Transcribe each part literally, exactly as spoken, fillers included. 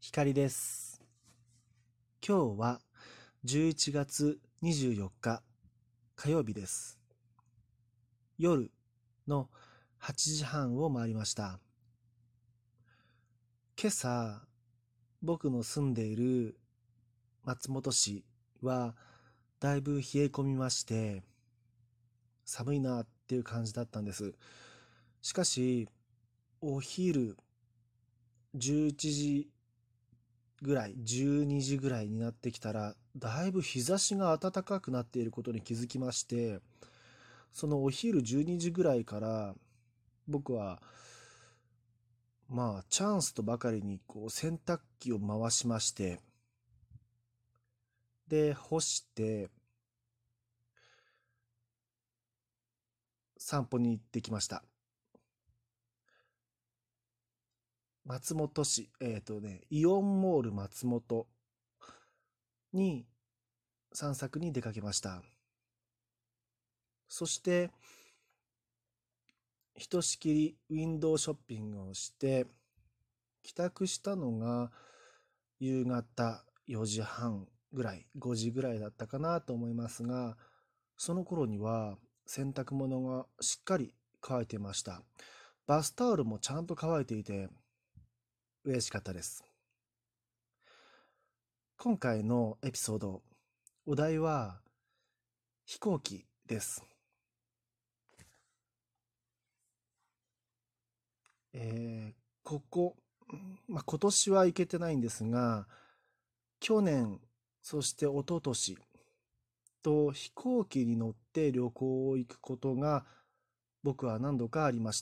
光です。今日はじゅういちがつにじゅうよっか火曜日です。夜のはちじはんを回りました。今朝、僕の住んでいる松本市はだいぶ冷え込みまして、寒いなっていう感じだったんです。しかし、お昼じゅういちじぐらい、じゅうにじぐらいになってきたら、だいぶ日差しが暖かくなっていることに気づきまして、そのお昼じゅうにじぐらいから僕はまあチャンスとばかりにこう洗濯機を回しまして、で干して散歩に行ってきました。松本市、えっとね、イオンモール松本に散策に出かけました。そしてひとしきりウィンドウショッピングをして帰宅したのが夕方よじはんぐらい、ごじぐらいだったかなと思いますが、その頃には洗濯物がしっかり乾いていました。バスタオルもちゃんと乾いていて嬉しかったです。今回のエピソード、お題は飛行機です。えーここ、まあ、今年は行けてないんですが、去年、そして一昨年と飛行機に乗って旅行を行くことが僕は何度かありました。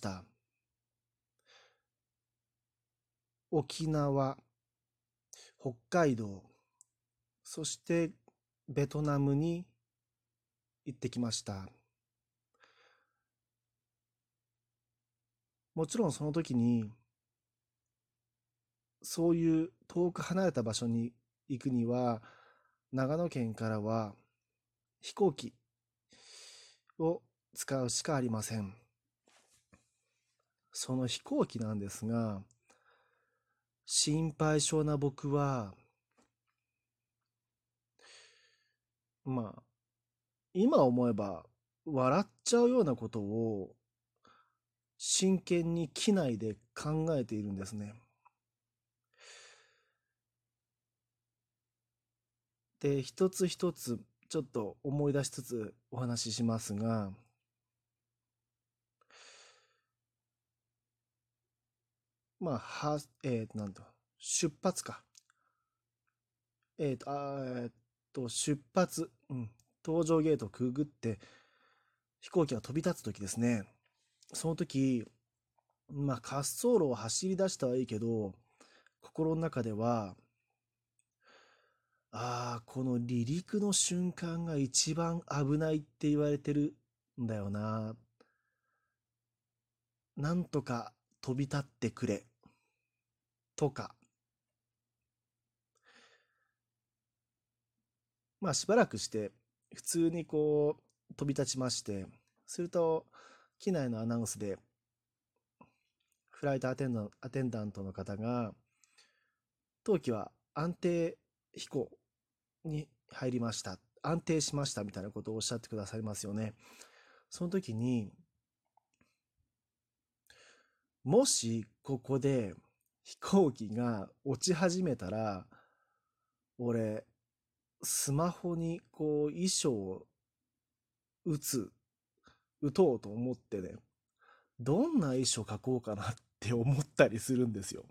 沖縄、北海道、そしてベトナムに行ってきました。もちろんその時にそういう遠く離れた場所に行くには長野県からは飛行機を使うしかありません。その飛行機なんですが、心配性な僕はまあ今思えば笑っちゃうようなことを真剣に機内で考えているんですね。で、一つ一つちょっと思い出しつつお話ししますが、まあ、は、えー、なんだ、出発か。えっと、あーえーっと、出発、うん、搭乗ゲートをくぐって飛行機が飛び立つ時ですね。その時、まあ、滑走路を走り出したはいいけど、心の中では、ああ、この離陸の瞬間が一番危ないって言われてるんだよな。なんとか飛び立ってくれ。とか。まあしばらくして、普通にこう、飛び立ちまして、すると、機内のアナウンスで、フライトアテンダンアテンダントの方が、当機は安定飛行に入りました。安定しましたみたいなことをおっしゃってくださいますよね。その時に、もしここで飛行機が落ち始めたら、俺、スマホにこう衣装を打つ、打とうと思ってね、どんな衣装描こうかなって思ったりするんですよ。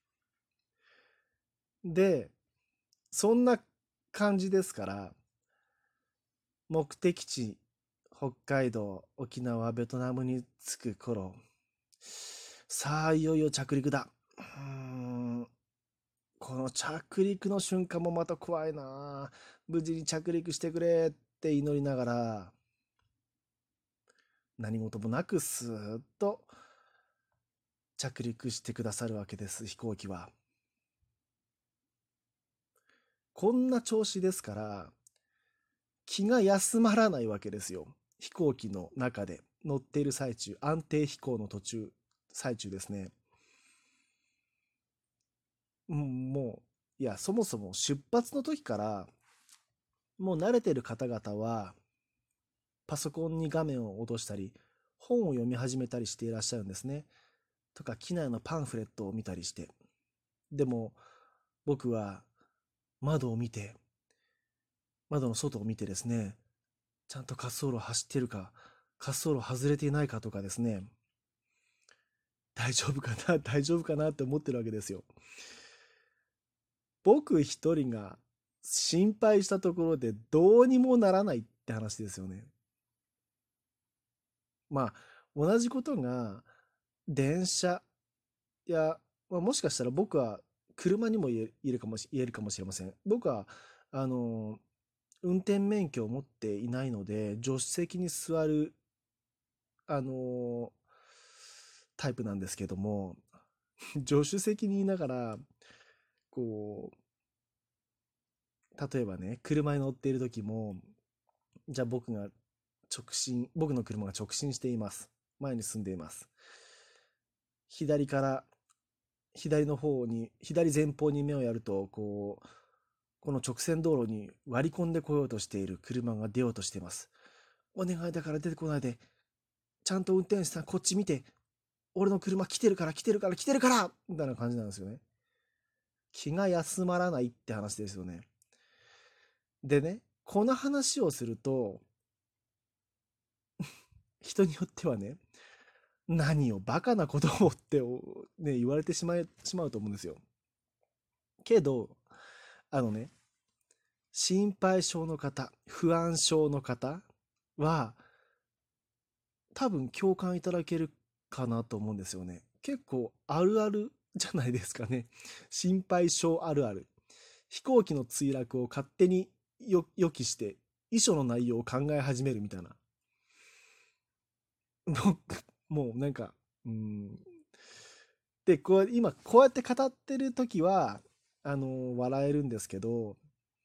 で、そんな感じですから、目的地、北海道、沖縄、ベトナムに着く頃、さあ、いよいよ着陸だ。うーん、この着陸の瞬間もまた怖いな。無事に着陸してくれって祈りながら、何事もなくスーッと着陸してくださるわけです、飛行機は。こんな調子ですから、気が休まらないわけですよ。飛行機の中で乗っている最中、安定飛行の途中、最中ですね。 うんもう、いや、そもそも出発の時から、もう慣れてる方々は、パソコンに画面を落としたり、本を読み始めたりしていらっしゃるんですね。とか、機内のパンフレットを見たりして。でも、僕は窓を見て、窓の外を見てですね、ちゃんと滑走路を走っているか、滑走路外れていないかとかですね、大丈夫かな、大丈夫かなって思ってるわけですよ。僕一人が心配したところでどうにもならないって話ですよね。まあ、同じことが電車や、まあ、もしかしたら僕は車にも言え言えるかもし、言えるかもしれません。僕は、あの、運転免許を持っていないので、助手席に座る、あの、タイプなんですけども、助手席にいながら、こう、例えばね、車に乗っている時も、じゃあ僕が直進、僕の車が直進しています。前に進んでいます。左から、左の方に、左前方に目をやると、こう、この直線道路に割り込んでこようとしている車が出ようとしています。お願いだから出てこないで。ちゃんと運転手さんこっち見て。俺の車来てるから来てるから来てるからみたいな感じなんですよね。気が休まらないって話ですよね。でね、この話をすると、人によってはね、何をバカなことをってね、言われてしまい、しまうと思うんですよ。けど、あのね、心配性の方、不安症の方は、多分共感いただけるかなと思うんですよね。結構あるあるじゃないですかね。心配性あるある。飛行機の墜落を勝手に予期して、遺書の内容を考え始めるみたいな。もうなんか、うん。で、こう、今、こうやって語ってる時は、あの、笑えるんですけど、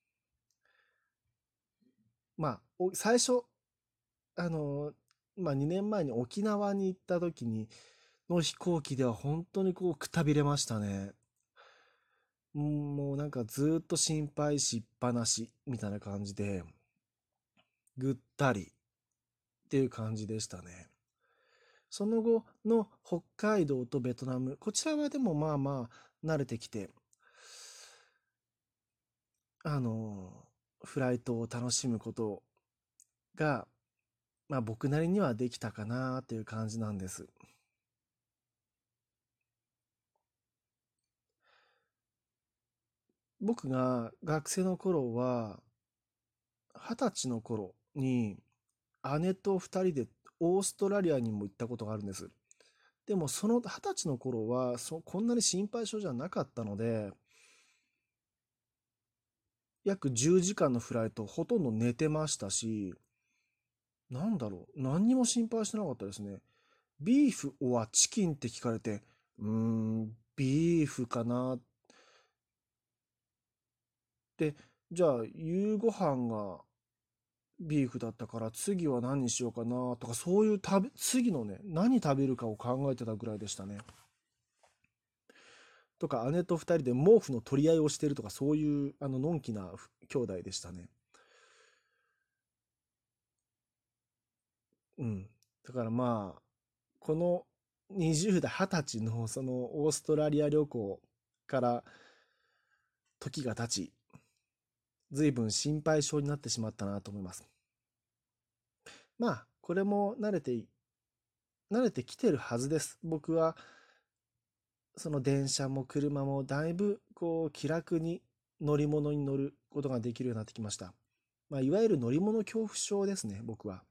まあ、最初、あの、まあ、にねんまえに沖縄に行った時に、の飛行機では本当にこうくたびれましたね。もうなんかずっと心配しっぱなしみたいな感じで、ぐったりっていう感じでしたね。その後の北海道とベトナム、こちらはでもまあまあ慣れてきて、あの、フライトを楽しむことが、まあ僕なりにはできたかなっていう感じなんです。僕が学生の頃は、二十歳の頃に姉と二人でオーストラリアにも行ったことがあるんです。でもその二十歳の頃はそこんなに心配性じゃなかったので、約じゅうじかんのフライトほとんど寝てましたし、なんだろう、何にも心配してなかったですね。ビーフはチキンって聞かれて、うーん、ビーフかなって、じゃあ夕ご飯がビーフだったから次は何にしようかなとか、そういう食べ、次のね、何食べるかを考えてたぐらいでしたね。とか、姉と二人で毛布の取り合いをしてるとか、そういう、あの、のんきな兄弟でしたね。うん。だからまあ、このにじゅう代、はたちのそのオーストラリア旅行から時が経ち、随分心配性になってしまったなと思います。まあ、これも慣れて、慣れてきてるはずです。僕は、その電車も車もだいぶこう気楽に乗り物に乗ることができるようになってきました。まあ、いわゆる乗り物恐怖症ですね、僕は。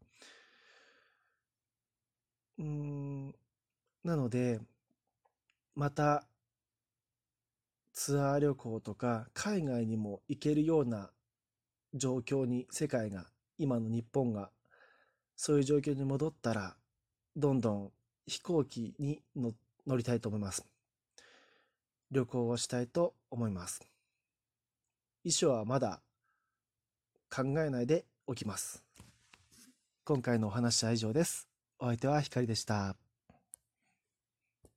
うーん、なので、またツアー旅行とか海外にも行けるような状況に世界が、今の日本がそういう状況に戻ったら、どんどん飛行機に乗乗りたいと思います。旅行をしたいと思います。衣装はまだ考えないでおきます。今回のお話は以上です。お相手はひかりでした。